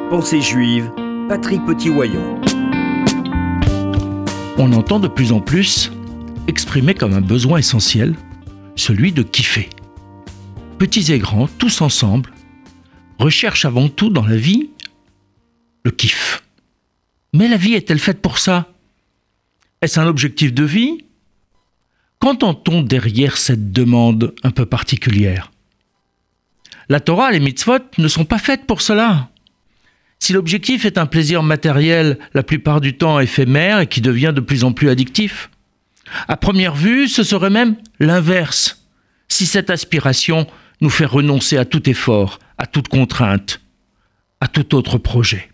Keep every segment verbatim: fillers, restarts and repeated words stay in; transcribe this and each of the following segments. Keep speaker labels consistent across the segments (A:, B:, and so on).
A: Pensée juive, Patrick Petit-Wayon.
B: On entend de plus en plus exprimer comme un besoin essentiel celui de kiffer. Petits et grands, tous ensemble, recherchent avant tout dans la vie le kiff. Mais la vie est-elle faite pour ça ? Est-ce un objectif de vie ? Qu'entend-on derrière cette demande un peu particulière ? La Torah et les mitzvot ne sont pas faites pour cela. Si l'objectif est un plaisir matériel, la plupart du temps éphémère et qui devient de plus en plus addictif, à première vue, ce serait même l'inverse, si cette aspiration nous fait renoncer à tout effort, à toute contrainte, à tout autre projet.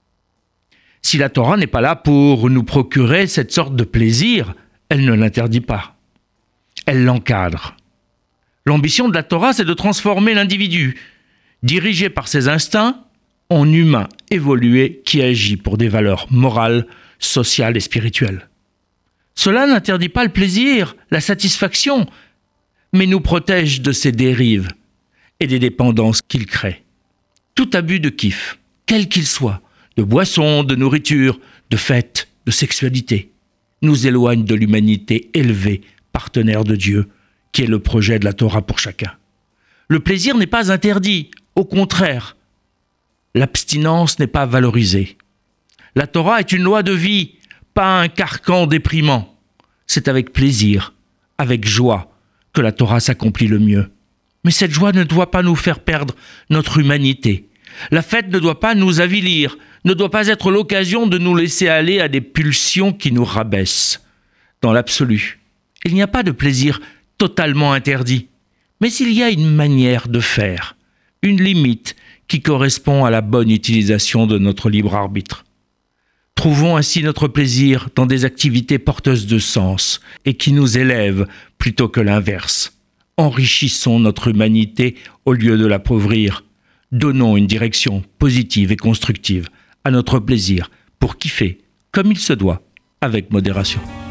B: Si la Torah n'est pas là pour nous procurer cette sorte de plaisir, elle ne l'interdit pas. Elle l'encadre. L'ambition de la Torah, c'est de transformer l'individu, dirigé par ses instincts, en humain évolué qui agit pour des valeurs morales, sociales et spirituelles. Cela n'interdit pas le plaisir, la satisfaction, mais nous protège de ces dérives et des dépendances qu'il crée. Tout abus de kiff, quel qu'il soit, de boissons, de nourriture, de fêtes, de sexualité, nous éloigne de l'humanité élevée, partenaire de Dieu, qui est le projet de la Torah pour chacun. Le plaisir n'est pas interdit, au contraire, l'abstinence n'est pas valorisée. La Torah est une loi de vie, pas un carcan déprimant. C'est avec plaisir, avec joie, que la Torah s'accomplit le mieux. Mais cette joie ne doit pas nous faire perdre notre humanité. La fête ne doit pas nous avilir, ne doit pas être l'occasion de nous laisser aller à des pulsions qui nous rabaissent. Dans l'absolu, il n'y a pas de plaisir totalement interdit, mais il y a une manière de faire, une limite qui correspond à la bonne utilisation de notre libre arbitre. Trouvons ainsi notre plaisir dans des activités porteuses de sens et qui nous élèvent plutôt que l'inverse. Enrichissons notre humanité au lieu de l'appauvrir. Donnons une direction positive et constructive à notre plaisir pour kiffer comme il se doit, avec modération.